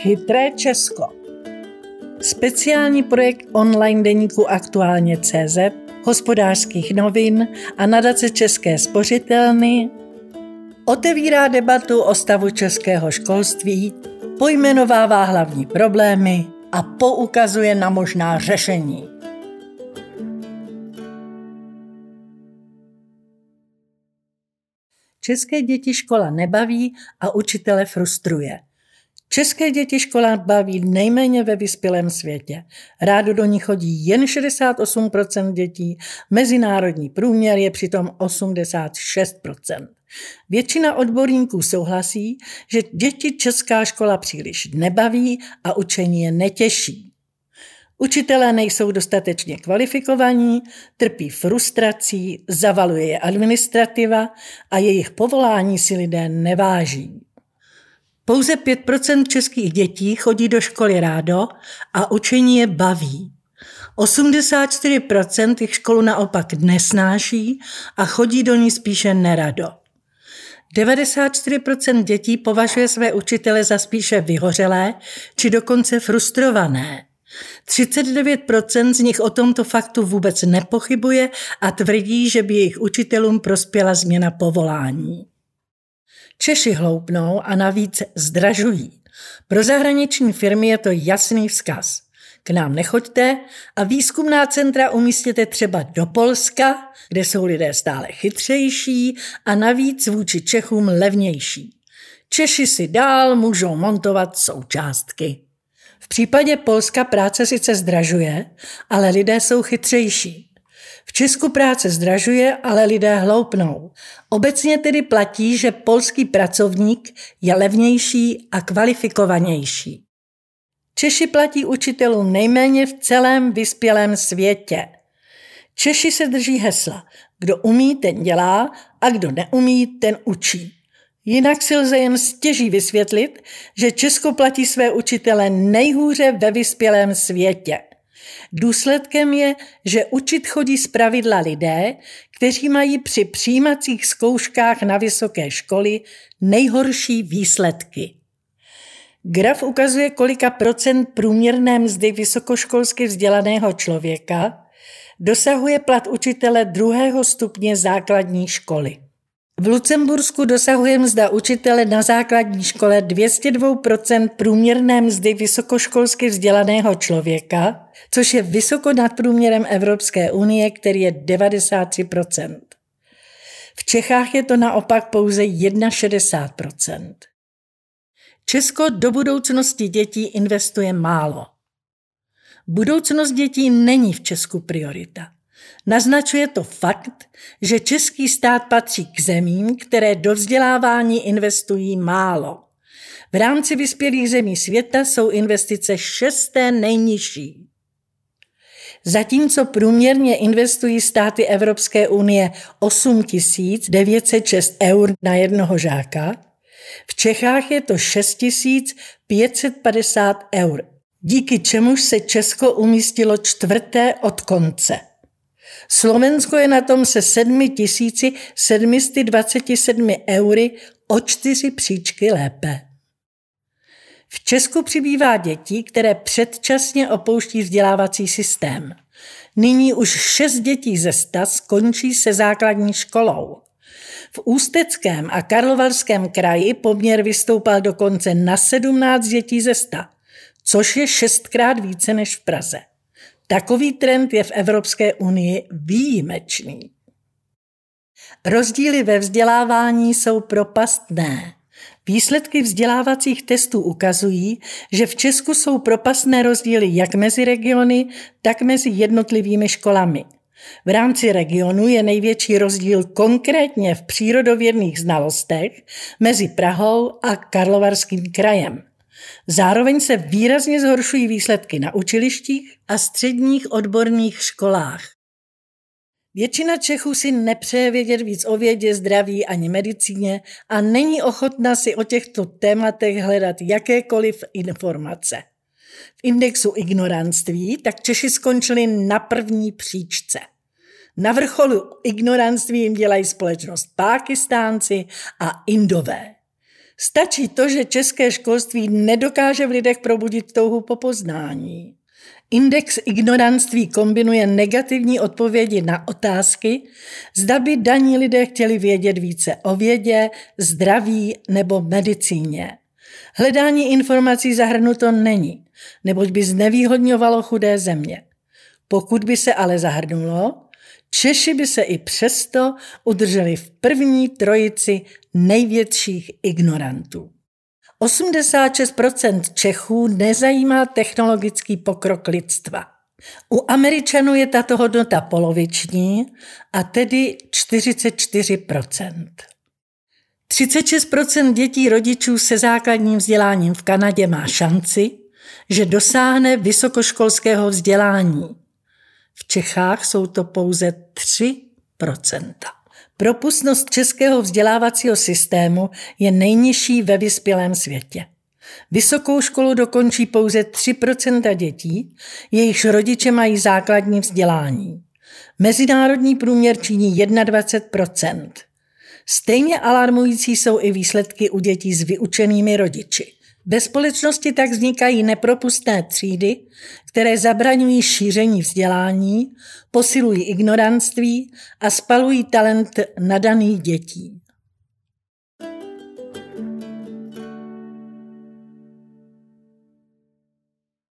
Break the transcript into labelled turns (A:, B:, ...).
A: Chytré Česko. Speciální projekt online deníku Aktuálně.cz, Hospodářských novin a nadace České spořitelny otevírá debatu o stavu českého školství, pojmenovává hlavní problémy a poukazuje na možná řešení. České děti škola nebaví a učitele frustruje. České děti škola baví nejméně ve vyspělém světě. Rádo do ní chodí jen 68% dětí, mezinárodní průměr je přitom 86%. Většina odborníků souhlasí, že děti česká škola příliš nebaví a učení je netěší. Učitelé nejsou dostatečně kvalifikovaní, trpí frustrací, zavaluje je administrativa a jejich povolání si lidé neváží. Pouze 5% českých dětí chodí do školy rádo a učení je baví. 84% jich školu naopak nesnáší a chodí do ní spíše nerado. 94% dětí považuje své učitele za spíše vyhořelé či dokonce frustrované. 39% z nich o tomto faktu vůbec nepochybuje a tvrdí, že by jejich učitelům prospěla změna povolání. Češi hloupnou a navíc zdražují. Pro zahraniční firmy je to jasný vzkaz. K nám nechoďte a výzkumná centra umístěte třeba do Polska, kde jsou lidé stále chytřejší a navíc vůči Čechům levnější. Češi si dál můžou montovat součástky. V případě Polska práce sice zdražuje, ale lidé jsou chytřejší. V Česku práce zdražuje, ale lidé hloupnou. Obecně tedy platí, že polský pracovník je levnější a kvalifikovanější. Češi platí učitelům nejméně v celém vyspělém světě. Češi se drží hesla: kdo umí, ten dělá a kdo neumí, ten učí. Jinak si lze jen stěží vysvětlit, že Česko platí své učitele nejhůře ve vyspělém světě. Důsledkem je, že učit chodí zpravidla lidé, kteří mají při přijímacích zkouškách na vysoké školy nejhorší výsledky. Graf ukazuje, kolika procent průměrné mzdy vysokoškolsky vzdělaného člověka dosahuje plat učitele 2. stupně základní školy. V Lucembursku dosahuje mzda učitele na základní škole 202% průměrné mzdy vysokoškolsky vzdělaného člověka, což je vysoko nad průměrem Evropské unie, který je 93%. V Čechách je to naopak pouze 61%. Česko do budoucnosti dětí investuje málo. Budoucnost dětí není v Česku priorita. Naznačuje to fakt, že český stát patří k zemím, které do vzdělávání investují málo. V rámci vyspělých zemí světa jsou investice 6. nejnižší. Zatímco průměrně investují státy Evropské unie 8 906 eur na jednoho žáka, v Čechách je to 6 550 eur, díky čemuž se Česko umístilo 4. od konce. Slovensko je na tom se 7 727 eury o 4 příčky lépe. V Česku přibývá dětí, které předčasně opouští vzdělávací systém. Nyní už 6 dětí ze 100 skončí se základní školou. V Ústeckém a Karlovarském kraji poměr vystoupal dokonce na 17 dětí ze 100, což je 6krát více než v Praze. Takový trend je v Evropské unii výjimečný. Rozdíly ve vzdělávání jsou propastné. Výsledky vzdělávacích testů ukazují, že v Česku jsou propastné rozdíly jak mezi regiony, tak mezi jednotlivými školami. V rámci regionu je největší rozdíl konkrétně v přírodovědných znalostech mezi Prahou a Karlovarským krajem. Zároveň se výrazně zhoršují výsledky na učilištích a středních odborných školách. Většina Čechů si nepřeje vědět víc o vědě, zdraví ani medicíně a není ochotna si o těchto tématech hledat jakékoliv informace. V indexu ignorantství tak Češi skončili na 1. příčce. Na vrcholu ignorantství jim dělají společnost Pákistánci a Indové. Stačí to, že české školství nedokáže v lidech probudit touhu po poznání. Index ignoranství kombinuje negativní odpovědi na otázky, zda by daní lidé chtěli vědět více o vědě, zdraví nebo medicíně. Hledání informací zahrnuto není, neboť by znevýhodňovalo chudé země. Pokud by se ale zahrnulo, Češi by se i přesto udrželi v první trojici největších ignorantů. 86% Čechů nezajímá technologický pokrok lidstva. U Američanů je tato hodnota poloviční, a tedy 44%. 36% dětí rodičů se základním vzděláním v Kanadě má šanci, že dosáhne vysokoškolského vzdělání. V Čechách jsou to pouze 3%. Propustnost českého vzdělávacího systému je nejnižší ve vyspělém světě. Vysokou školu dokončí pouze 3% dětí, jejichž rodiče mají základní vzdělání. Mezinárodní průměr činí 21%. Stejně alarmující jsou i výsledky u dětí s vyučenými rodiči. Ve společnosti tak vznikají nepropustné třídy, které zabraňují šíření vzdělání, posilují ignoranství a spalují talent nadaných dětí.